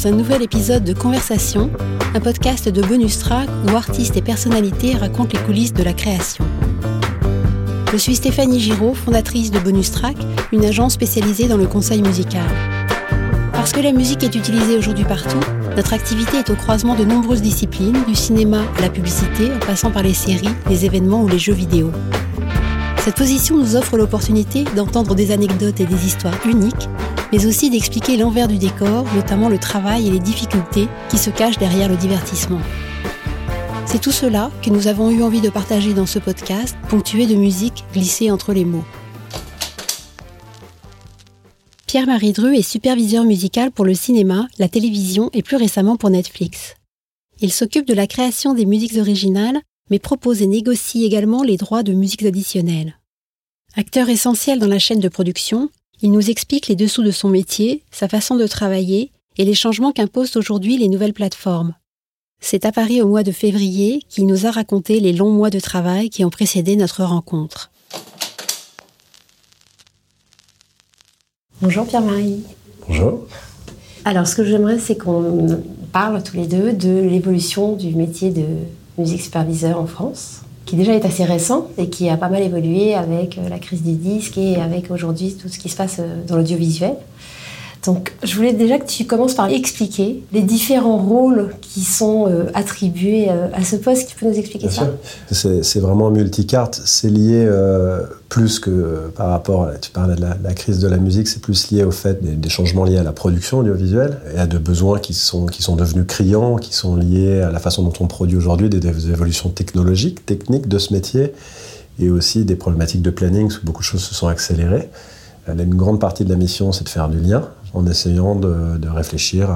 dans un nouvel épisode de Conversation, un podcast de Bonus Track où artistes et personnalités racontent les coulisses de la création. Je suis Stéphanie Giraud, fondatrice de Bonus Track, une agence spécialisée dans le conseil musical. Parce que la musique est utilisée aujourd'hui partout, notre activité est au croisement de nombreuses disciplines, du cinéma à la publicité, en passant par les séries, les événements ou les jeux vidéo. Cette position nous offre l'opportunité d'entendre des anecdotes et des histoires uniques, mais aussi d'expliquer l'envers du décor, notamment le travail et les difficultés qui se cachent derrière le divertissement. C'est tout cela que nous avons eu envie de partager dans ce podcast, ponctué de musique glissée entre les mots. Pierre-Marie Dru est superviseur musical pour le cinéma, la télévision et plus récemment pour Netflix. Il s'occupe de la création des musiques originales, mais propose et négocie également les droits de musiques additionnelles. Acteur essentiel dans la chaîne de production, il nous explique les dessous de son métier, sa façon de travailler et les changements qu'imposent aujourd'hui les nouvelles plateformes. C'est à Paris au mois de février qu'il nous a raconté les longs mois de travail qui ont précédé notre rencontre. Bonjour Pierre-Marie. Bonjour. Alors ce que j'aimerais, c'est qu'on parle tous les deux de l'évolution du métier de musique superviseur en France, qui déjà est assez récent et qui a pas mal évolué avec la crise du disque et avec aujourd'hui tout ce qui se passe dans l'audiovisuel. Donc je voulais déjà que tu commences par expliquer les différents rôles qui sont attribués à ce poste. Tu peux nous expliquer ça ? Bien sûr. C'est vraiment multicarte. C'est lié plus que par rapport, tu parlais de la crise de la musique, c'est plus lié au fait des changements liés à la production audiovisuelle et à de besoins qui sont devenus criants, qui sont liés à la façon dont on produit aujourd'hui, des évolutions technologiques, techniques de ce métier et aussi des problématiques de planning où beaucoup de choses se sont accélérées. Une grande partie de la mission, c'est de faire du lien en essayant de réfléchir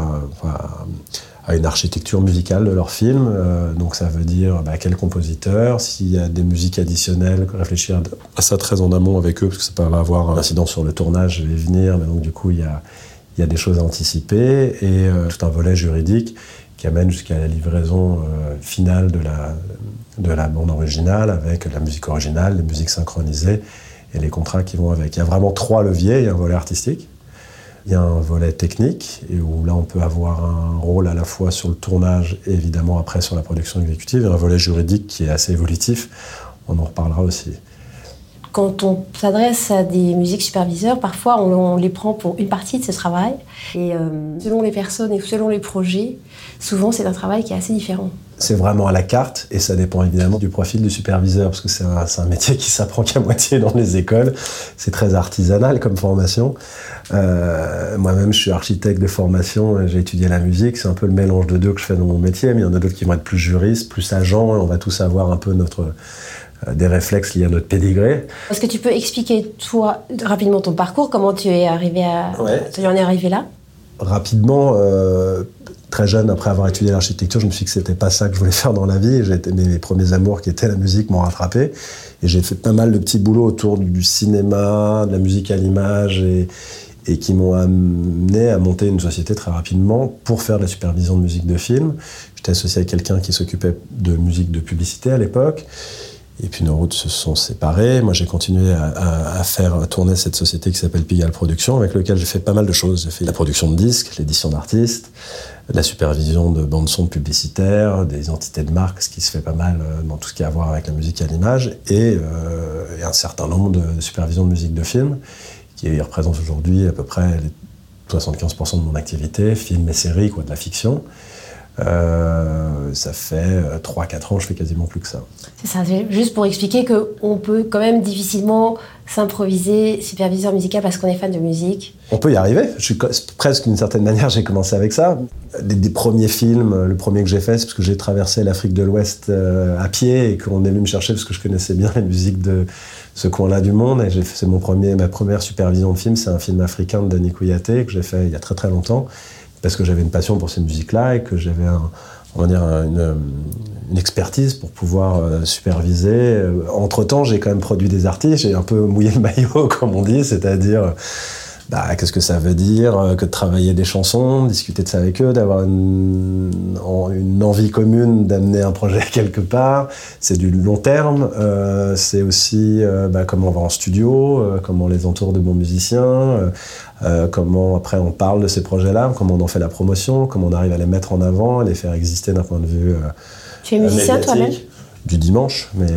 à une architecture musicale de leur film. Donc ça veut dire quel compositeur, s'il y a des musiques additionnelles, réfléchir à ça très en amont avec eux, parce que ça peut avoir un incidence sur le tournage, je vais y venir, mais donc du coup il y a des choses à anticiper, et tout un volet juridique qui amène jusqu'à la livraison finale de la bande originale, avec la musique originale, les musiques synchronisées, et les contrats qui vont avec. Il y a vraiment 3 leviers. Il y a un volet artistique, il y a un volet technique, et où là on peut avoir un rôle à la fois sur le tournage et évidemment après sur la production exécutive, et un volet juridique qui est assez évolutif, on en reparlera aussi. Quand on s'adresse à des musiques superviseurs, parfois on les prend pour une partie de ce travail, et selon les personnes et selon les projets, souvent c'est un travail qui est assez différent. C'est vraiment à la carte, et ça dépend évidemment du profil du superviseur, parce que c'est un métier qui s'apprend qu'à moitié dans les écoles. C'est très artisanal comme formation. Moi-même, je suis architecte de formation, j'ai étudié la musique, c'est un peu le mélange de deux que je fais dans mon métier, mais il y en a d'autres qui vont être plus juristes, plus agents, et on va tous avoir un peu des réflexes liés à notre pédigré. Est-ce que tu peux expliquer, toi, rapidement ton parcours, comment tu es arrivé tu en es arrivé là ? Rapidement, très jeune, après avoir étudié l'architecture, je me suis dit que c'était pas ça que je voulais faire dans la vie. Mes premiers amours qui étaient la musique m'ont rattrapé. Et j'ai fait pas mal de petits boulots autour du cinéma, de la musique à l'image, et qui m'ont amené à monter une société très rapidement pour faire de la supervision de musique de film. J'étais associé à quelqu'un qui s'occupait de musique de publicité à l'époque. Et puis nos routes se sont séparées. Moi, j'ai continué à faire tourner cette société qui s'appelle Pigalle Productions, avec laquelle j'ai fait pas mal de choses. J'ai fait la production de disques, l'édition d'artistes, la supervision de bandes-son publicitaires, des entités de marque, ce qui se fait pas mal dans tout ce qui a à voir avec la musique à l'image, et un certain nombre de supervisions de musique de film, qui représente aujourd'hui à peu près 75% de mon activité, films et séries, de la fiction. Ça fait 3-4 ans, je fais quasiment plus que ça. C'est ça, c'est juste pour expliquer qu'on peut quand même difficilement s'improviser superviseur musical parce qu'on est fan de musique. On peut y arriver. Presque d'une certaine manière, j'ai commencé avec ça. Des premiers films, le premier que j'ai fait, c'est parce que j'ai traversé l'Afrique de l'Ouest à pied et qu'on est venu me chercher parce que je connaissais bien les musiques de ce coin-là du monde. Et ma première supervision de film, c'est un film africain de Danny Kouyaté que j'ai fait il y a très très longtemps, parce que j'avais une passion pour ces musiques-là et que j'avais une expertise pour pouvoir superviser. Entre-temps, j'ai quand même produit des artistes, j'ai un peu mouillé le maillot, comme on dit, c'est-à-dire qu'est-ce que ça veut dire que de travailler des chansons, discuter de ça avec eux, d'avoir une envie commune d'amener un projet quelque part. C'est du long terme. C'est aussi comment on va en studio, comment on les entoure de bons musiciens, comment après on parle de ces projets-là, comment on en fait la promotion, comment on arrive à les mettre en avant, à les faire exister d'un point de vue Tu es musicien médiatique. toi-même ? Du dimanche, mais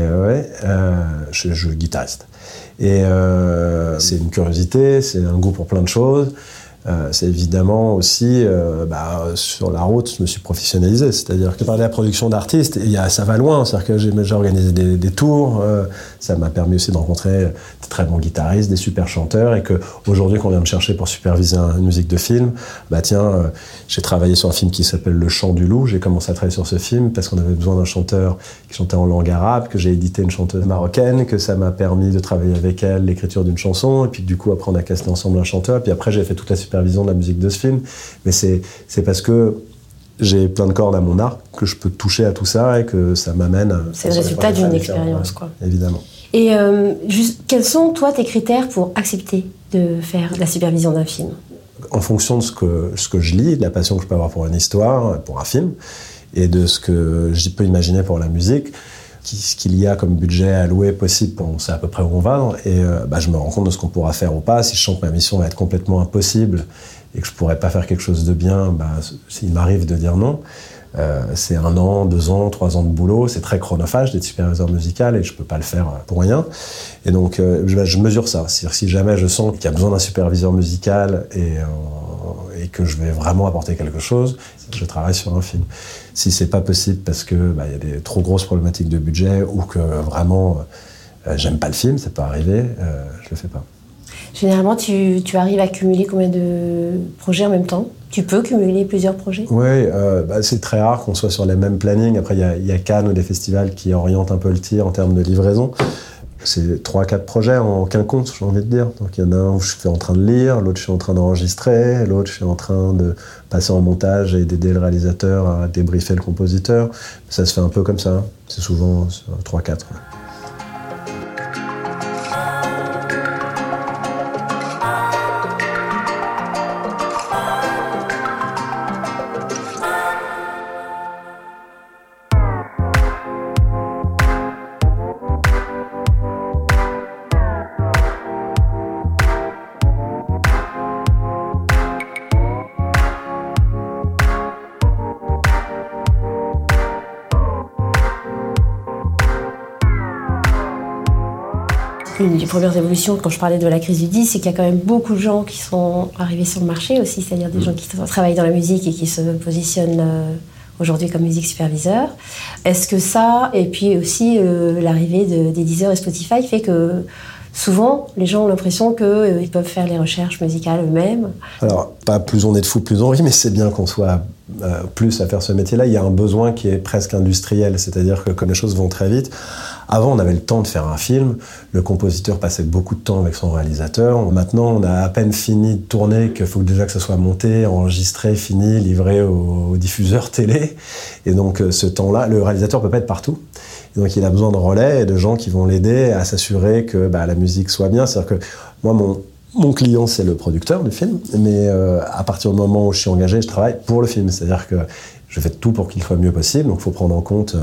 je suis guitariste. Et c'est une curiosité, c'est un goût pour plein de choses. C'est évidemment aussi, sur la route, je me suis professionnalisé. C'est-à-dire que par la production d'artistes, ça va loin. C'est-à-dire que j'ai organisé des tours. Ça m'a permis aussi de rencontrer des très bons guitaristes, des super chanteurs. Et qu'aujourd'hui, qu'on vient me chercher pour superviser une musique de film, j'ai travaillé sur un film qui s'appelle Le Chant du Loup. J'ai commencé à travailler sur ce film parce qu'on avait besoin d'un chanteur qui chantait en langue arabe, que j'ai édité une chanteuse marocaine, que ça m'a permis de travailler avec elle l'écriture d'une chanson. Et puis du coup, après, on a casté ensemble un chanteur. Et puis après, j'ai fait toute la supervision de la musique de ce film, mais c'est parce que j'ai plein de cordes à mon arc que je peux toucher à tout ça et que ça m'amène à... C'est le résultat d'une expérience, quoi. Évidemment. Et quels sont, toi, tes critères pour accepter de faire la supervision d'un film ? En fonction de ce que je lis, de la passion que je peux avoir pour une histoire, pour un film, et de ce que je peux imaginer pour la musique, ce qu'il y a comme budget alloué possible, on sait à peu près où on va, et je me rends compte de ce qu'on pourra faire ou pas. Si je sens que ma mission va être complètement impossible et que je pourrais pas faire quelque chose de bien, il m'arrive de dire non. C'est 1 an, 2 ans, 3 ans de boulot, c'est très chronophage d'être superviseur musical et je peux pas le faire pour rien. Et donc je mesure ça. C'est-à-dire si jamais je sens qu'il y a besoin d'un superviseur musical et que je vais vraiment apporter quelque chose, je travaille sur un film. Si c'est pas possible parce que y a des trop grosses problématiques de budget ou que vraiment j'aime pas le film, ça peut arriver, je le fais pas. Généralement, tu arrives à cumuler combien de projets en même temps ? Tu peux cumuler plusieurs projets ? Oui, c'est très rare qu'on soit sur les mêmes plannings. Après, il y a Cannes ou des festivals qui orientent un peu le tir en termes de livraison. C'est 3-4 projets en quinconce, j'ai envie de dire. Donc il y en a un où je suis en train de lire, l'autre je suis en train d'enregistrer, l'autre je suis en train de passer en montage et d'aider le réalisateur à débriefer le compositeur. Ça se fait un peu comme ça. C'est souvent 3-4. Ouais. Une des premières évolutions, quand je parlais de la crise du disque, c'est qu'il y a quand même beaucoup de gens qui sont arrivés sur le marché aussi, c'est-à-dire des gens qui travaillent dans la musique et qui se positionnent aujourd'hui comme musique superviseur. Est-ce que ça, et puis aussi l'arrivée des Deezer et Spotify fait que souvent, les gens ont l'impression qu'ils peuvent faire les recherches musicales eux-mêmes. Alors, pas plus on est de fous, plus on rit, mais c'est bien qu'on soit plus à faire ce métier-là. Il y a un besoin qui est presque industriel, c'est-à-dire que comme les choses vont très vite, avant on avait le temps de faire un film, le compositeur passait beaucoup de temps avec son réalisateur. Maintenant, on a à peine fini de tourner qu'il faut déjà que ça soit monté, enregistré, fini, livré au diffuseur télé. Et donc, ce temps-là, le réalisateur peut pas être partout. Et donc il a besoin de relais et de gens qui vont l'aider à s'assurer que la musique soit bien. C'est-à-dire que moi, mon client, c'est le producteur du film, mais à partir du moment où je suis engagé, je travaille pour le film. C'est-à-dire que je fais tout pour qu'il soit le mieux possible. Donc il faut prendre en compte,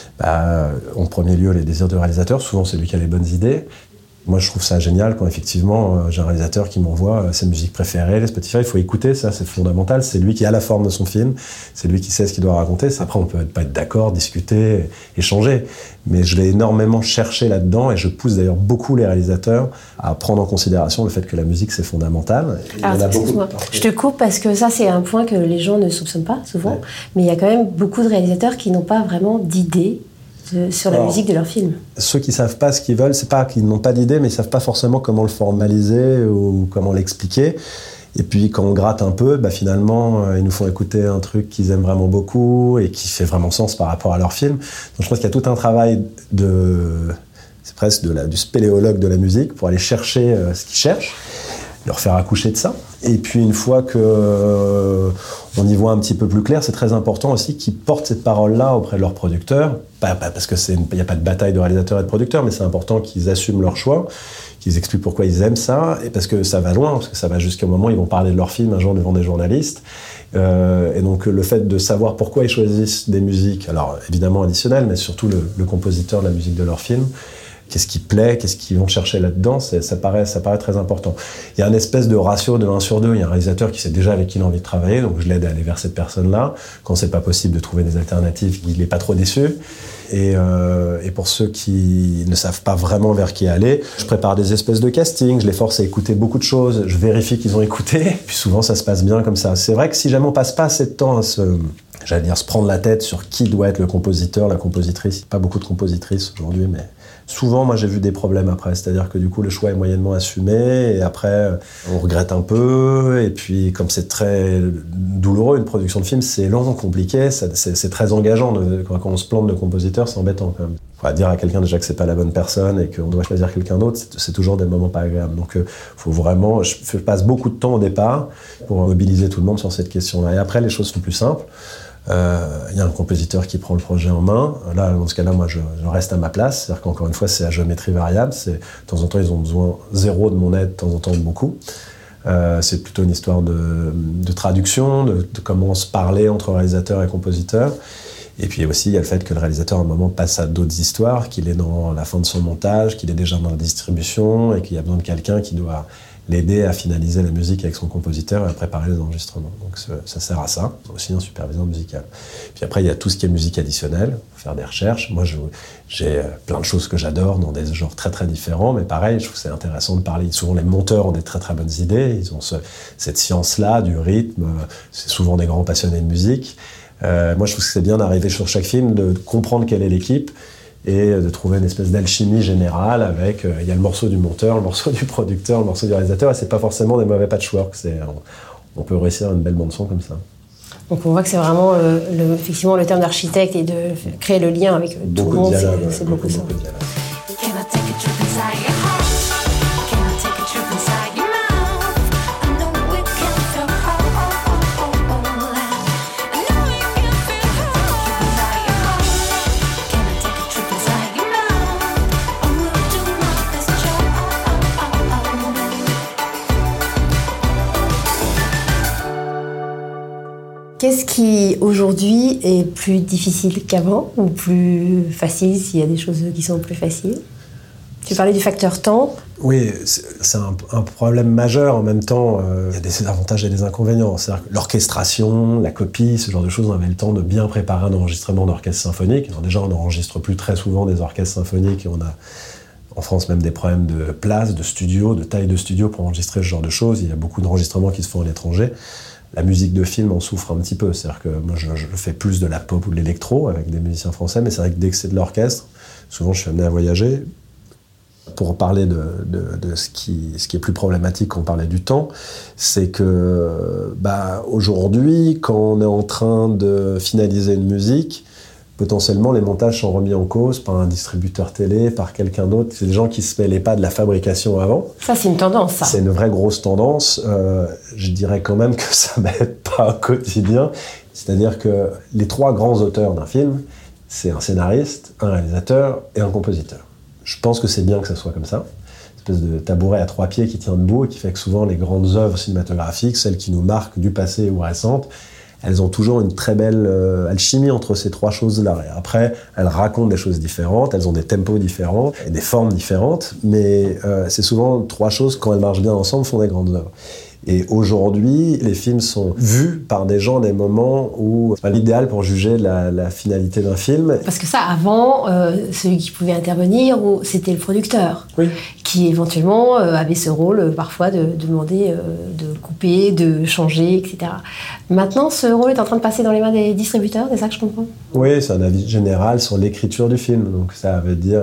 en premier lieu, les désirs du réalisateur. Souvent, c'est lui qui a les bonnes idées. Moi, je trouve ça génial quand, effectivement, j'ai un réalisateur qui m'envoie ses musiques préférées, les Spotify. Il faut écouter, ça, c'est fondamental. C'est lui qui a la forme de son film. C'est lui qui sait ce qu'il doit raconter. Après, on peut pas être d'accord, discuter, échanger. Mais je l'ai énormément cherché là-dedans et je pousse d'ailleurs beaucoup les réalisateurs à prendre en considération le fait que la musique, c'est fondamental. Excuse-moi, je te coupe parce que ça, c'est un point que les gens ne soupçonnent pas souvent. Ouais. Mais il y a quand même beaucoup de réalisateurs qui n'ont pas vraiment d'idée sur la musique de leur film. Ceux qui savent pas ce qu'ils veulent, c'est pas qu'ils n'ont pas d'idée, mais ils savent pas forcément comment le formaliser ou comment l'expliquer. Et puis quand on gratte un peu, finalement, ils nous font écouter un truc qu'ils aiment vraiment beaucoup et qui fait vraiment sens par rapport à leur film. Donc je pense qu'il y a tout un travail c'est presque du spéléologue de la musique pour aller chercher ce qu'ils cherchent. leur faire accoucher de ça. Et puis une fois que on y voit un petit peu plus clair, c'est très important aussi qu'ils portent cette parole-là auprès de leurs producteurs, pas parce que il n'y a pas de bataille de réalisateurs et de producteurs, mais c'est important qu'ils assument leur choix, qu'ils expliquent pourquoi ils aiment ça, et parce que ça va loin, parce que ça va jusqu'au moment où ils vont parler de leur film un jour devant des journalistes. Et donc le fait de savoir pourquoi ils choisissent des musiques, alors évidemment additionnelles, mais surtout le compositeur de la musique de leur film, qu'est-ce qui plaît, qu'est-ce qu'ils vont chercher là-dedans, ça paraît très important. Il y a une espèce de ratio de 1 sur 2, il y a un réalisateur qui sait déjà avec qui il a envie de travailler, donc je l'aide à aller vers cette personne-là. Quand c'est pas possible de trouver des alternatives, il n'est pas trop déçu. Et pour ceux qui ne savent pas vraiment vers qui aller, je prépare des espèces de casting, je les force à écouter beaucoup de choses, je vérifie qu'ils ont écouté, puis souvent ça se passe bien comme ça. C'est vrai que si jamais on passe pas assez de temps à se prendre la tête sur qui doit être le compositeur, la compositrice, pas beaucoup de compositrices aujourd'hui, mais souvent moi j'ai vu des problèmes après, c'est-à-dire que du coup le choix est moyennement assumé, et après on regrette un peu, et puis comme c'est très douloureux une production de film, c'est long, compliqué, c'est très engageant, quand on se plante de compositeur, c'est embêtant quand même. Dire à quelqu'un déjà que c'est pas la bonne personne et qu'on doit choisir quelqu'un d'autre, c'est toujours des moments pas agréables. Donc faut vraiment, je passe beaucoup de temps au départ pour mobiliser tout le monde sur cette question-là. Et après les choses sont plus simples. Il y a un compositeur qui prend le projet en main. Là, dans ce cas-là, moi, je reste à ma place. C'est-à-dire qu'encore une fois, c'est à géométrie variable. De temps en temps, ils ont besoin zéro de mon aide, de temps en temps beaucoup. C'est plutôt une histoire de traduction, de comment se parler entre réalisateur et compositeur. Et puis aussi, il y a le fait que le réalisateur, à un moment, passe à d'autres histoires, qu'il est dans la fin de son montage, qu'il est déjà dans la distribution, et qu'il y a besoin de quelqu'un qui doit l'aider à finaliser la musique avec son compositeur et à préparer les enregistrements. Donc ça sert à ça, aussi un superviseur musical. Puis après, il y a tout ce qui est musique additionnelle, faire des recherches. Moi, j'ai plein de choses que j'adore dans des genres très très différents, mais pareil, je trouve que c'est intéressant de parler. Souvent, les monteurs ont des très très bonnes idées, ils ont cette science-là du rythme, c'est souvent des grands passionnés de musique. Moi, je trouve que c'est bien d'arriver sur chaque film, de comprendre quelle est l'équipe et de trouver une espèce d'alchimie générale avec, il y a le morceau du monteur, le morceau du producteur, le morceau du réalisateur, et c'est pas forcément des mauvais patchwork, on peut réussir une belle bande-son comme ça. Donc on voit que c'est vraiment effectivement le terme d'architecte et de créer le lien avec tout le monde, c'est beaucoup ça. Qu'est-ce qui, aujourd'hui, est plus difficile qu'avant ou plus facile, s'il y a des choses qui sont plus faciles? Tu parlais du facteur temps. Oui, c'est un problème majeur. En même temps, il y a des avantages et des inconvénients. C'est-à-dire que l'orchestration, la copie, ce genre de choses, on avait le temps de bien préparer un enregistrement d'orchestre symphonique. Alors déjà, on n'enregistre plus très souvent des orchestres symphoniques et on a en France même des problèmes de place, de studio, de taille de studio pour enregistrer ce genre de choses. Il y a beaucoup d'enregistrements qui se font à l'étranger. La musique de film en souffre un petit peu, c'est-à-dire que moi je fais plus de la pop ou de l'électro avec des musiciens français, mais c'est vrai que dès que c'est de l'orchestre, souvent je suis amené à voyager. Pour parler de ce qui est plus problématique quand on parlait du temps, c'est que aujourd'hui, quand on est en train de finaliser une musique, potentiellement les montages sont remis en cause par un distributeur télé, par quelqu'un d'autre. C'est des gens qui se mêlaient pas de la fabrication avant. Ça, c'est une tendance, ça. C'est une vraie grosse tendance. Je dirais quand même que ça m'aide pas au quotidien. C'est-à-dire que les 3 grands auteurs d'un film, c'est un scénariste, un réalisateur et un compositeur. Je pense que c'est bien que ça soit comme ça. Une espèce de tabouret à 3 pieds qui tient debout et qui fait que souvent les grandes œuvres cinématographiques, celles qui nous marquent du passé ou récentes, elles ont toujours une très belle alchimie entre ces 3 choses-là. Et après, elles racontent des choses différentes, elles ont des tempos différents et des formes différentes, mais c'est souvent 3 choses, quand elles marchent bien ensemble, font des grandes œuvres. Et aujourd'hui, les films sont vus par des gens à des moments où c'est pas l'idéal pour juger la finalité d'un film. Parce que ça, avant, celui qui pouvait intervenir, c'était le producteur, oui, qui éventuellement avait ce rôle parfois de demander de couper, de changer, etc. Maintenant, ce rôle est en train de passer dans les mains des distributeurs, c'est ça que je comprends? Oui, c'est un avis général sur l'écriture du film. Donc ça veut dire...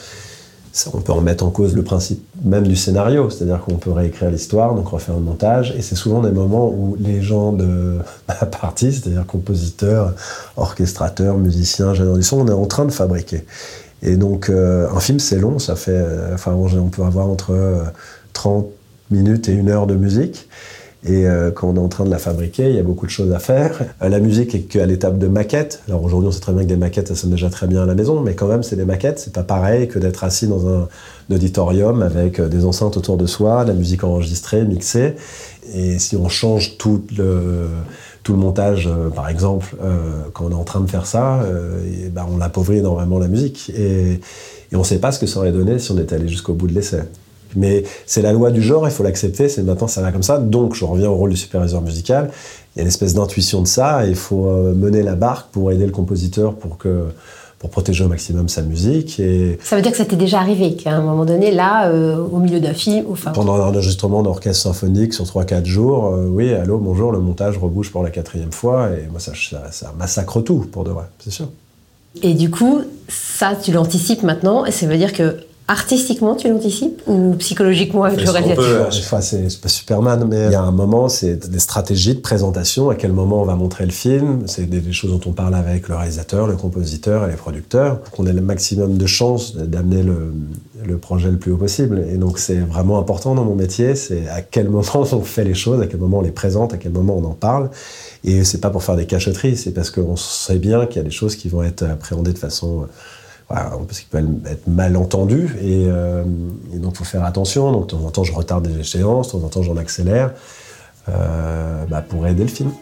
on peut remettre en cause le principe même du scénario, c'est-à-dire qu'on peut réécrire l'histoire, donc refaire un montage, et c'est souvent des moments où les gens de la partie, c'est-à-dire compositeurs, orchestrateurs, musiciens, ingénieurs du son, on est en train de fabriquer. Et donc un film c'est long, ça fait, on peut avoir entre 30 minutes et 1 heure de musique. Et quand on est en train de la fabriquer, il y a beaucoup de choses à faire. La musique est qu'à l'étape de maquette. Alors aujourd'hui, on sait très bien que des maquettes, ça sonne déjà très bien à la maison, mais quand même, c'est des maquettes. C'est pas pareil que d'être assis dans un auditorium avec des enceintes autour de soi, la musique enregistrée, mixée. Et si on change tout le montage, par exemple, quand on est en train de faire ça, on appauvrit énormément la musique. Et on ne sait pas ce que ça aurait donné si on était allé jusqu'au bout de l'essai. Mais c'est la loi du genre, il faut l'accepter, c'est maintenant ça va comme ça. Donc je reviens au rôle du superviseur musical. Il y a une espèce d'intuition de ça, et il faut mener la barque pour aider le compositeur pour protéger au maximum sa musique. Et ça veut dire que ça t'est déjà arrivé, qu'à un moment donné, là, au milieu d'un film... Pendant un enregistrement d'orchestre symphonique sur 3-4 jours, oui, allô, bonjour, le montage rebouche pour la 4e fois, et moi ça massacre tout, pour de vrai, c'est sûr. Et du coup, ça, tu l'anticipes maintenant, et ça veut dire que artistiquement, tu l'anticipes ou psychologiquement avec le réalisateur? C'est pas Superman, mais il y a un moment, c'est des stratégies de présentation, à quel moment on va montrer le film, c'est des choses dont on parle avec le réalisateur, le compositeur et les producteurs, pour qu'on ait le maximum de chances d'amener le projet le plus haut possible. Et donc c'est vraiment important dans mon métier, c'est à quel moment on fait les choses, à quel moment on les présente, à quel moment on en parle. Et c'est pas pour faire des cachotteries, c'est parce qu'on sait bien qu'il y a des choses qui vont être appréhendées de façon... parce qu'il peut être mal entendu, et donc il faut faire attention. Donc de temps en temps je retarde des échéances, de temps en temps j'en accélère pour aider le film.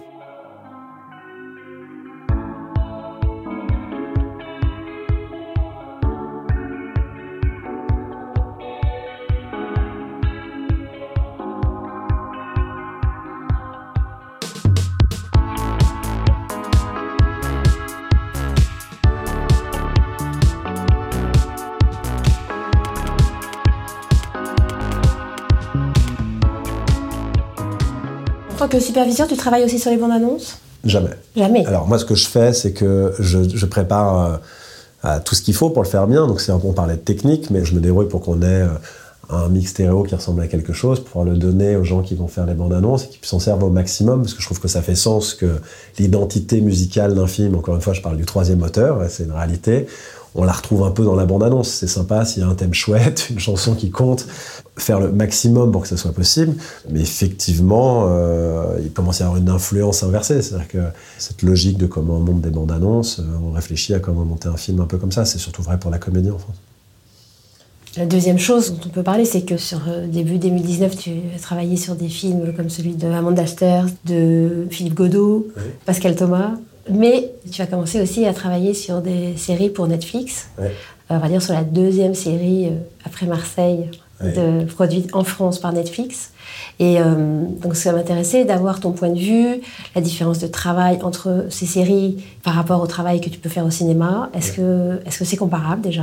En tant que superviseur, tu travailles aussi sur les bandes annonces ? Jamais. Jamais. Alors moi, ce que je fais, c'est que je prépare tout ce qu'il faut pour le faire bien. Donc on parlait de technique, mais je me débrouille pour qu'on ait un mix stéréo qui ressemble à quelque chose, pour pouvoir le donner aux gens qui vont faire les bandes annonces et qui s'en servent au maximum, parce que je trouve que ça fait sens que l'identité musicale d'un film, encore une fois, je parle du 3e moteur, c'est une réalité, on la retrouve un peu dans la bande-annonce. C'est sympa s'il y a un thème chouette, une chanson qui compte, faire le maximum pour que ça soit possible. Mais effectivement, il commence à y avoir une influence inversée. C'est-à-dire que cette logique de comment on monte des bandes-annonces, on réfléchit à comment monter un film un peu comme ça. C'est surtout vrai pour la comédie en France. La deuxième chose dont on peut parler, c'est que sur début 2019, tu as travaillé sur des films comme celui de Amanda Ster, de Philippe Godot, oui. Pascal Thomas. Mais tu as commencé aussi à travailler sur des séries pour Netflix. Oui. On va dire sur la 2e série après Marseille, oui. Produite en France par Netflix. Et donc ça m'intéressait d'avoir ton point de vue, la différence de travail entre ces séries par rapport au travail que tu peux faire au cinéma. Est-ce que c'est comparable déjà ?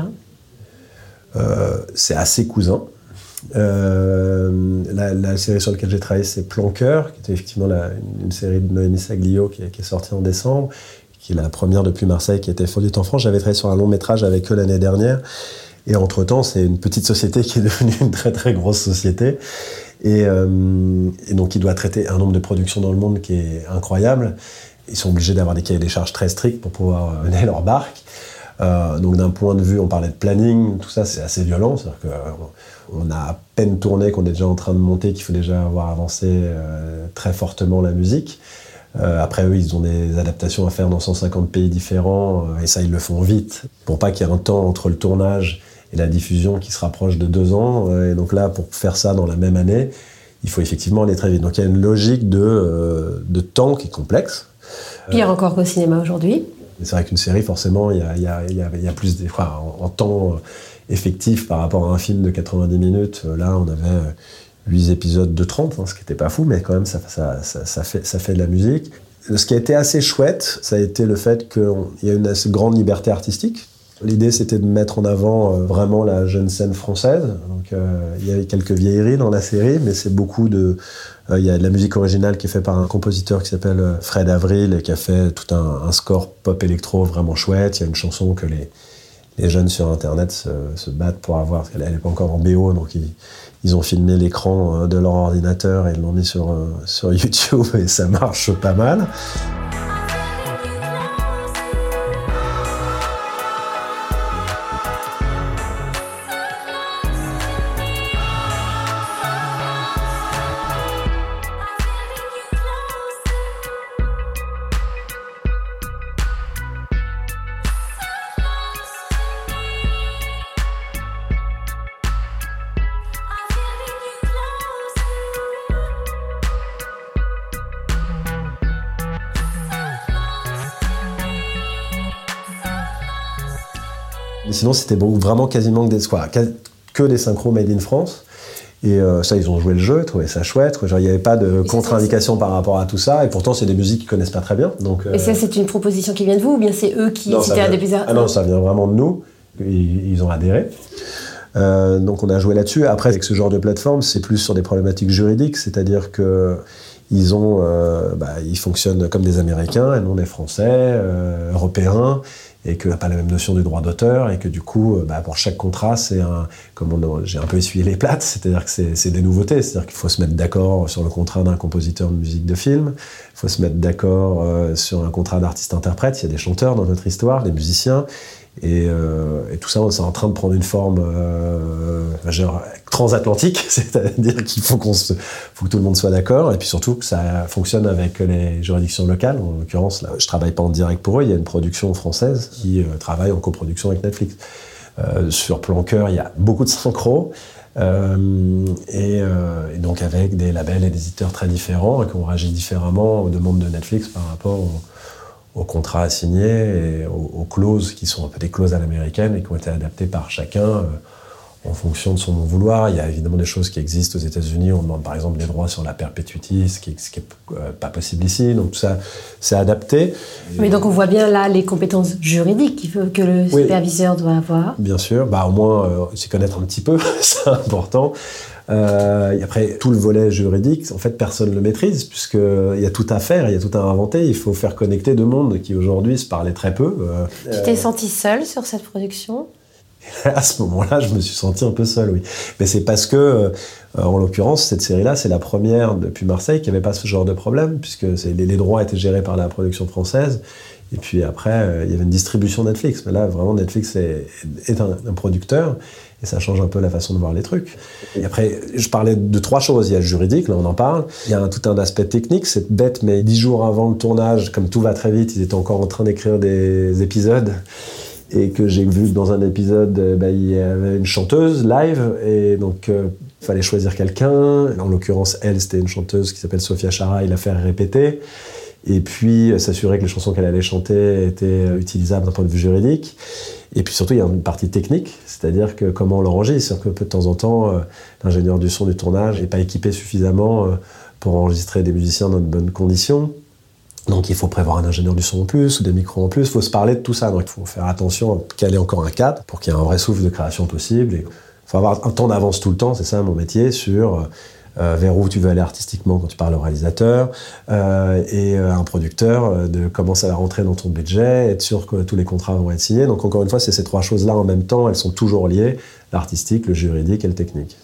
C'est assez cousin. La série sur laquelle j'ai travaillé, c'est Plan Cœur, qui était effectivement une série de Noémie Saglio qui est sortie en décembre, qui est la première depuis Marseille qui a été produite en France. J'avais travaillé sur un long métrage avec eux l'année dernière. Et entre-temps, c'est une petite société qui est devenue une très très grosse société. Et donc, il doit traiter un nombre de productions dans le monde qui est incroyable. Ils sont obligés d'avoir des cahiers des charges très stricts pour pouvoir mener leur barque. Donc d'un point de vue, on parlait de planning, tout ça c'est assez violent, c'est-à-dire qu'on a à peine tourné, qu'on est déjà en train de monter, qu'il faut déjà avoir avancé très fortement la musique. Après eux, ils ont des adaptations à faire dans 150 pays différents, et ça ils le font vite, pour pas qu'il y ait un temps entre le tournage et la diffusion qui se rapproche de 2 ans. Et donc là, pour faire ça dans la même année, il faut effectivement aller très vite. Donc il y a une logique de temps qui est complexe. Pire encore qu'au cinéma aujourd'hui. C'est vrai qu'une série, forcément, il y a plus en temps effectif par rapport à un film de 90 minutes. Là, on avait 8 épisodes de 30, ce qui n'était pas fou, mais quand même, ça fait de la musique. Ce qui a été assez chouette, ça a été le fait qu'il y a une assez grande liberté artistique. L'idée, c'était de mettre en avant vraiment la jeune scène française. Donc, il y avait quelques vieilleries dans la série, mais c'est beaucoup de... Il y a de la musique originale qui est faite par un compositeur qui s'appelle Fred Avril et qui a fait tout un score pop-électro vraiment chouette. Il y a une chanson que les jeunes sur Internet se battent pour avoir, parce qu'elle n'est pas encore en BO, donc ils ont filmé l'écran de leur ordinateur et ils l'ont mis sur YouTube et ça marche pas mal. Sinon, c'était vraiment quasiment que des synchros made in France. Et ça, ils ont joué le jeu, ils trouvaient ça chouette. Genre, il n'y avait pas de contre-indication par rapport à tout ça. Et pourtant, c'est des musiques qu'ils ne connaissent pas très bien. Donc, et ça, c'est une proposition qui vient de vous ou bien c'est eux qui... Non, ça vient vraiment de nous. Ils ont adhéré. Donc, on a joué là-dessus. Après, avec ce genre de plateforme, c'est plus sur des problématiques juridiques. C'est-à-dire que ils fonctionnent comme des Américains et non des Français, Européens, et qu'il n'y a pas la même notion du droit d'auteur, et que du coup, pour chaque contrat, j'ai un peu essuyé les plates, c'est-à-dire que c'est des nouveautés, c'est-à-dire qu'il faut se mettre d'accord sur le contrat d'un compositeur de musique de film, il faut se mettre d'accord sur un contrat d'artiste-interprète, il y a des chanteurs dans notre histoire, des musiciens, et tout ça, c'est en train de prendre une forme transatlantique, c'est-à-dire qu'il faut que tout le monde soit d'accord, et puis surtout que ça fonctionne avec les juridictions locales. En l'occurrence, là, je travaille pas en direct pour eux, il y a une production française qui travaille en coproduction avec Netflix. Sur Plan Cœur, il y a beaucoup de synchro, et donc avec des labels et des éditeurs très différents, et qui ont réagi différemment aux demandes de Netflix par rapport aux contrats à signer et aux clauses qui sont un peu des clauses à l'américaine et qui ont été adaptées par chacun en fonction de son bon vouloir. Il y a évidemment des choses qui existent aux États-Unis. On demande par exemple des droits sur la perpétuité, ce qui est pas possible ici. Donc tout ça, c'est adapté. Mais donc on voit bien là les compétences juridiques que le superviseur doit avoir. Bien sûr. Au moins s'y connaître un petit peu, c'est important. Et après, tout le volet juridique, en fait, personne ne le maîtrise, puisqu'il y a tout à faire, il y a tout à inventer. Il faut faire connecter deux mondes qui, aujourd'hui, se parlaient très peu. Tu t'es senti seul sur cette production ? À ce moment-là, je me suis senti un peu seul, oui. Mais c'est parce que, en l'occurrence, cette série-là, c'est la première depuis Marseille qui n'avait pas ce genre de problème, puisque les droits étaient gérés par la production française. Et puis après, il y avait une distribution Netflix. Mais là, vraiment, Netflix est un producteur. Et ça change un peu la façon de voir les trucs. Et après, je parlais de 3 choses. Il y a le juridique, là on en parle. Il y a tout un aspect technique, c'est bête, mais 10 jours avant le tournage, comme tout va très vite, ils étaient encore en train d'écrire des épisodes. Et que j'ai vu que dans un épisode, il y avait une chanteuse live. Et donc, il fallait choisir quelqu'un. En l'occurrence, elle, c'était une chanteuse qui s'appelle Sophia Chara, il la faire répéter. Et puis, s'assurer que les chansons qu'elle allait chanter étaient utilisables d'un point de vue juridique. Et puis surtout, il y a une partie technique, c'est-à-dire que comment on l'enregistre. C'est-à-dire que de temps en temps, l'ingénieur du son du tournage n'est pas équipé suffisamment pour enregistrer des musiciens dans de bonnes conditions. Donc il faut prévoir un ingénieur du son en plus, ou des micros en plus, il faut se parler de tout ça. Donc il faut faire attention à caler encore un cadre pour qu'il y ait un vrai souffle de création possible. Il faut avoir un temps d'avance tout le temps, c'est ça mon métier, sur vers où tu veux aller artistiquement quand tu parles au réalisateur et un producteur, de comment ça va rentrer dans ton budget, être sûr que tous les contrats vont être signés. Donc encore une fois, c'est ces 3 choses-là en même temps, elles sont toujours liées, l'artistique, le juridique et le technique.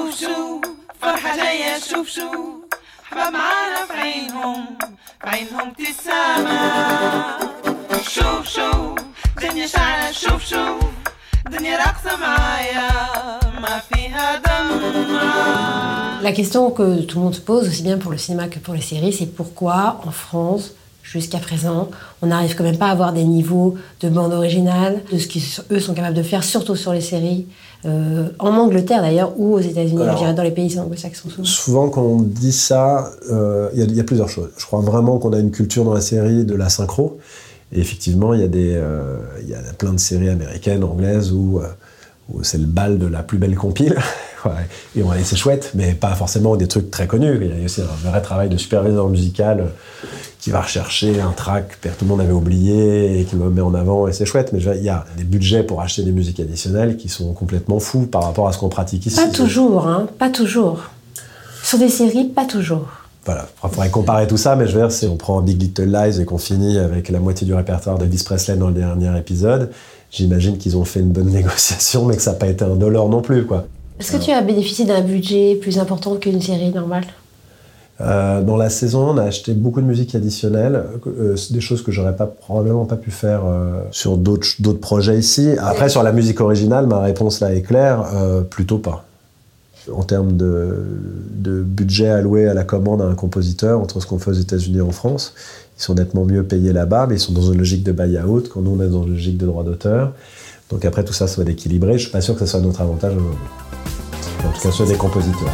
La question que tout le monde se pose, aussi bien pour le cinéma que pour les séries, c'est pourquoi en France, jusqu'à présent, on n'arrive quand même pas à avoir des niveaux de bande originale, de ce qu'eux sont capables de faire, surtout sur les séries, en Angleterre d'ailleurs, ou aux États-Unis, je dirais dans les pays anglo-saxons. Souvent quand on dit ça, il y a plusieurs choses. Je crois vraiment qu'on a une culture dans la série de la synchro. Et effectivement, il y a plein de séries américaines, anglaises, où c'est le bal de la plus belle compile. Et c'est chouette, mais pas forcément des trucs très connus. Il y a aussi un vrai travail de superviseur musical qui va rechercher un track que tout le monde avait oublié et qui le met en avant, et c'est chouette. Mais il y a des budgets pour acheter des musiques additionnelles qui sont complètement fous par rapport à ce qu'on pratique ici. Pas toujours, hein, pas toujours. Sur des séries, pas toujours. Voilà, il faudrait comparer tout ça, mais je veux dire, si on prend Big Little Lies et qu'on finit avec la moitié du répertoire d'Elvis Presley dans le dernier épisode, j'imagine qu'ils ont fait une bonne négociation, mais que ça n'a pas été un dollar non plus, quoi. Est-ce que tu as bénéficié d'un budget plus important qu'une série normale ? Dans la saison, on a acheté beaucoup de musique additionnelle, des choses que j'aurais probablement pas pu faire sur d'autres projets ici. Après, sur la musique originale, ma réponse là est claire, plutôt pas. En termes de budget alloué à la commande à un compositeur, entre ce qu'on fait aux États-Unis et en France, ils sont nettement mieux payés là-bas, mais ils sont dans une logique de buy-out, quand nous on est dans une logique de droit d'auteur. Donc après, tout ça soit d'équilibrer. Je ne suis pas sûr que ce soit notre avantage aujourd'hui. En tout cas, ceux des compositeurs.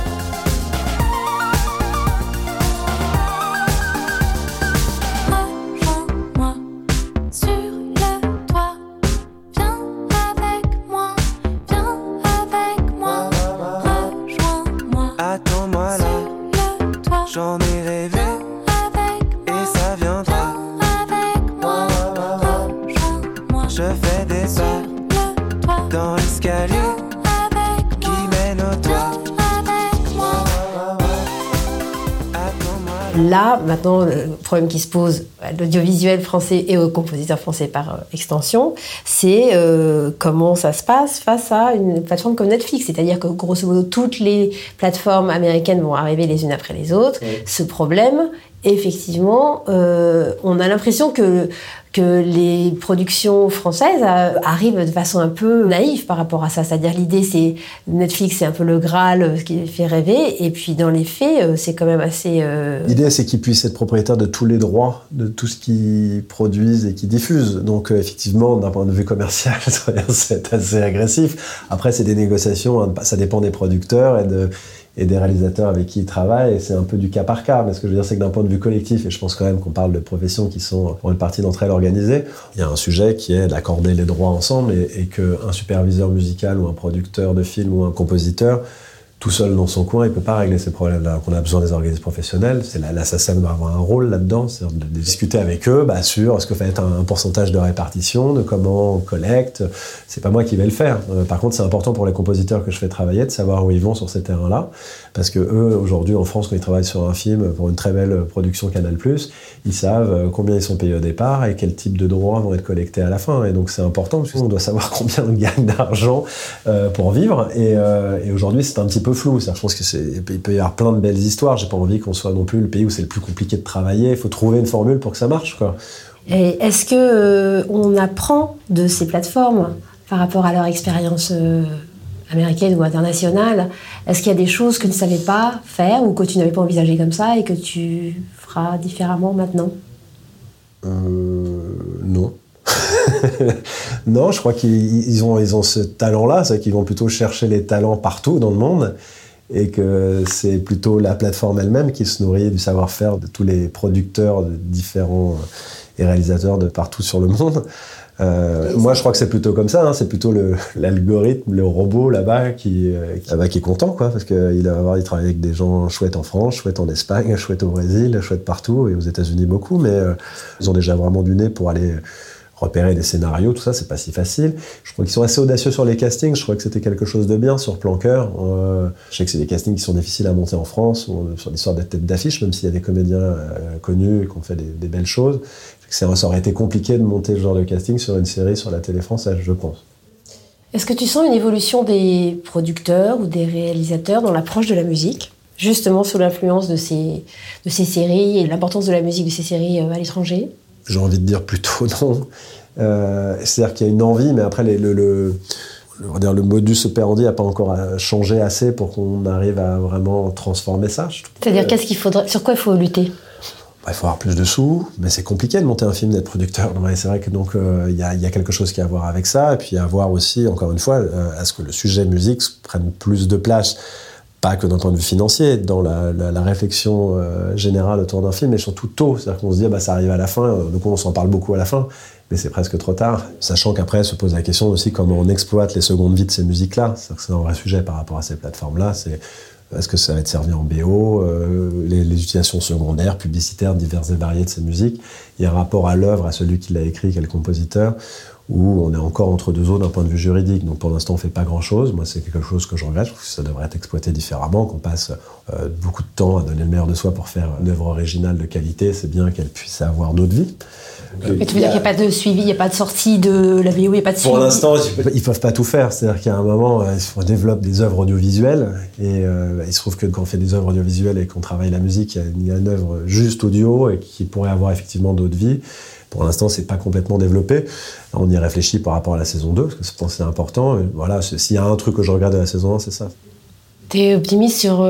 Rejoins-moi sur le toit, viens avec Là, maintenant, le problème qui se pose à l'audiovisuel français et aux compositeurs français par extension, c'est comment ça se passe face à une plateforme comme Netflix. C'est-à-dire que, grosso modo, toutes les plateformes américaines vont arriver les unes après les autres. Oui. Ce problème, effectivement, on a l'impression que les productions françaises arrivent de façon un peu naïve par rapport à ça. C'est-à-dire l'idée, c'est Netflix, c'est un peu le Graal, ce qui fait rêver. Et puis dans les faits, c'est quand même assez... L'idée, c'est qu'ils puissent être propriétaires de tous les droits, de tout ce qu'ils produisent et qu'ils diffusent. Donc effectivement, d'un point de vue commercial, c'est assez agressif. Après, c'est des négociations, hein, ça dépend des producteurs et des réalisateurs avec qui ils travaillent, et c'est un peu du cas par cas. Mais ce que je veux dire, c'est que d'un point de vue collectif, et je pense quand même qu'on parle de professions qui sont pour une partie d'entre elles organisées, il y a un sujet qui est d'accorder les droits ensemble et qu'un superviseur musical ou un producteur de film ou un compositeur, tout seul dans son coin, il ne peut pas régler ces problèmes-là. Donc on a besoin des organismes professionnels. La SACEM doit avoir un rôle là-dedans, c'est de discuter avec eux sur ce que va être un pourcentage de répartition, de comment on collecte. C'est pas moi qui vais le faire. Par contre, c'est important pour les compositeurs que je fais travailler de savoir où ils vont sur ces terrains-là. Parce que eux, aujourd'hui, en France, quand ils travaillent sur un film pour une très belle production Canal+, ils savent combien ils sont payés au départ et quel type de droits vont être collectés à la fin. Et donc c'est important parce qu'on doit savoir combien on gagne d'argent pour vivre. Et aujourd'hui, c'est un petit peu flou. Je pense qu'il peut y avoir plein de belles histoires. J'ai pas envie qu'on soit non plus le pays où c'est le plus compliqué de travailler. Il faut trouver une formule pour que ça marche, quoi. Et est-ce que on apprend de ces plateformes par rapport à leur expérience américaine ou internationale? Est-ce qu'il y a des choses que tu ne savais pas faire ou que tu n'avais pas envisagé comme ça et que tu feras différemment maintenant? Non. Non, je crois qu'ils ont ce talent-là, c'est qu'ils vont plutôt chercher les talents partout dans le monde et que c'est plutôt la plateforme elle-même qui se nourrit du savoir-faire de tous les producteurs de différents et réalisateurs de partout sur le monde. Moi, je crois que c'est plutôt comme ça, hein, c'est plutôt l'algorithme, le robot là-bas qui est content, quoi, parce qu'il travaille avec des gens chouettes en France, chouettes en Espagne, chouettes au Brésil, chouettes partout, et aux États-Unis beaucoup, mais ils ont déjà vraiment du nez pour aller repérer des scénarios, tout ça, c'est pas si facile. Je crois qu'ils sont assez audacieux sur les castings, je crois que c'était quelque chose de bien sur Plan Cœur. Je sais que c'est des castings qui sont difficiles à monter en France, sur l'histoire des têtes d'affiche, même s'il y a des comédiens connus et qui ont fait des belles choses. Ça aurait été compliqué de monter ce genre de casting sur une série sur la télé française, je pense. Est-ce que tu sens une évolution des producteurs ou des réalisateurs dans l'approche de la musique, justement sous l'influence de ces séries et l'importance de la musique de ces séries à l'étranger? J'ai envie de dire plutôt non. C'est-à-dire qu'il y a une envie, mais après le modus operandi n'a pas encore changé assez pour qu'on arrive à vraiment transformer ça. C'est-à-dire sur quoi il faut lutter? Il faut avoir plus de sous, mais c'est compliqué de monter un film, d'être producteur. Ouais, c'est vrai que donc y a quelque chose qui a à voir avec ça, et puis à voir aussi, encore une fois, à ce que le sujet musique prenne plus de place, pas que d'un point de vue financier, dans la réflexion générale autour d'un film, mais surtout tôt. C'est-à-dire qu'on se dit, ça arrive à la fin, donc on s'en parle beaucoup à la fin, mais c'est presque trop tard. Sachant qu'après se pose la question aussi comment on exploite les secondes vies de ces musiques-là. C'est-à-dire que c'est un vrai sujet par rapport à ces plateformes-là. Est-ce que ça va être servi en BO, les utilisations secondaires, publicitaires, diverses et variées de ces musiques? Il y a un rapport à l'œuvre, à celui qui l'a écrit, qui est le compositeur, où on est encore entre deux eaux d'un point de vue juridique. Donc pour l'instant, on ne fait pas grand-chose. Moi, c'est quelque chose que je regrette. Je trouve que ça devrait être exploité différemment, qu'on passe beaucoup de temps à donner le meilleur de soi pour faire une œuvre originale de qualité. C'est bien qu'elle puisse avoir d'autres vies. Mais tu veux dire qu'il n'y a pas de suivi, il n'y a pas de sortie de la BO, il n'y a pas de suivi? Pour l'instant, ils ne peuvent pas tout faire. C'est-à-dire qu'à un moment, on développe des œuvres audiovisuelles et il se trouve que quand on fait des œuvres audiovisuelles et qu'on travaille la musique, il y a une œuvre juste audio et qui pourrait avoir effectivement d'autres vies. Pour l'instant, c'est pas complètement développé. On y réfléchit par rapport à la saison 2, parce que je pense que c'est important. Et voilà, s'il y a un truc que je regarde de la saison 1, c'est ça. T'es optimiste sur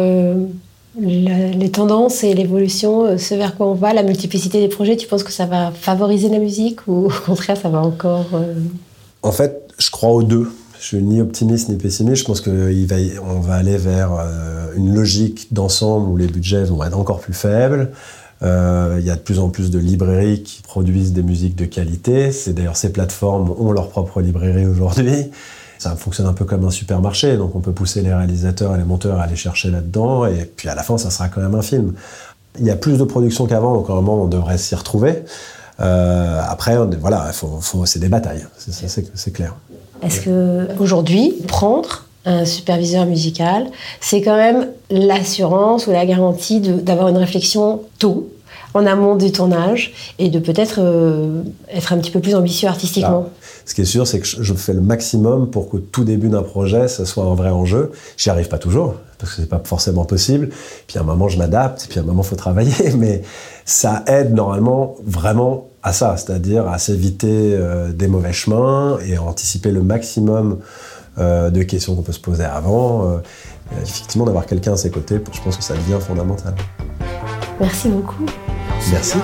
les tendances et l'évolution, ce vers quoi on va, la multiplicité des projets? Tu penses que ça va favoriser la musique ou au contraire, ça va encore... En fait, je crois aux deux. Je suis ni optimiste ni pessimiste. Je pense qu'on va aller vers une logique d'ensemble où les budgets vont être encore plus faibles. Il y a de plus en plus de librairies qui produisent des musiques de qualité. D'ailleurs, ces plateformes ont leur propre librairie aujourd'hui. Ça fonctionne un peu comme un supermarché, donc on peut pousser les réalisateurs et les monteurs à aller chercher là-dedans, et puis à la fin, ça sera quand même un film. Il y a plus de production qu'avant, donc normalement, on devrait s'y retrouver. Après, voilà, c'est des batailles, c'est clair. Est-ce qu'aujourd'hui, prendre un superviseur musical, c'est quand même l'assurance ou la garantie d'avoir une réflexion tôt, en amont du tournage, et de peut-être être un petit peu plus ambitieux artistiquement. Ce qui est sûr, c'est que je fais le maximum pour qu'au tout début d'un projet, ça soit un vrai enjeu. J'y arrive pas toujours, parce que c'est pas forcément possible. Puis à un moment, je m'adapte, puis à un moment, il faut travailler. Mais ça aide normalement vraiment à ça, c'est-à-dire à s'éviter des mauvais chemins et à anticiper le maximum de questions qu'on peut se poser avant. Effectivement, d'avoir quelqu'un à ses côtés, je pense que ça devient fondamental. Merci beaucoup. Merci.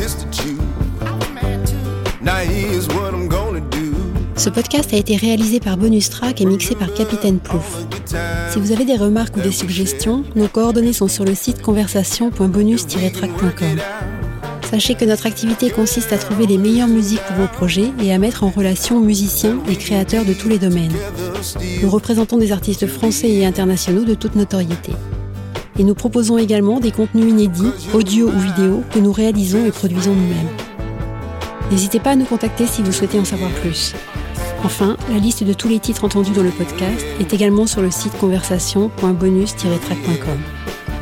Ce podcast a été réalisé par Bonus Track et mixé par Capitaine Plouf. Si vous avez des remarques ou des suggestions, nos coordonnées sont sur le site conversation.bonus-track.com. Sachez que notre activité consiste à trouver les meilleures musiques pour vos projets et à mettre en relation musiciens et créateurs de tous les domaines. Nous représentons des artistes français et internationaux de toute notoriété. Et nous proposons également des contenus inédits, audio ou vidéo, que nous réalisons et produisons nous-mêmes. N'hésitez pas à nous contacter si vous souhaitez en savoir plus. Enfin, la liste de tous les titres entendus dans le podcast est également sur le site conversation.bonus-track.com.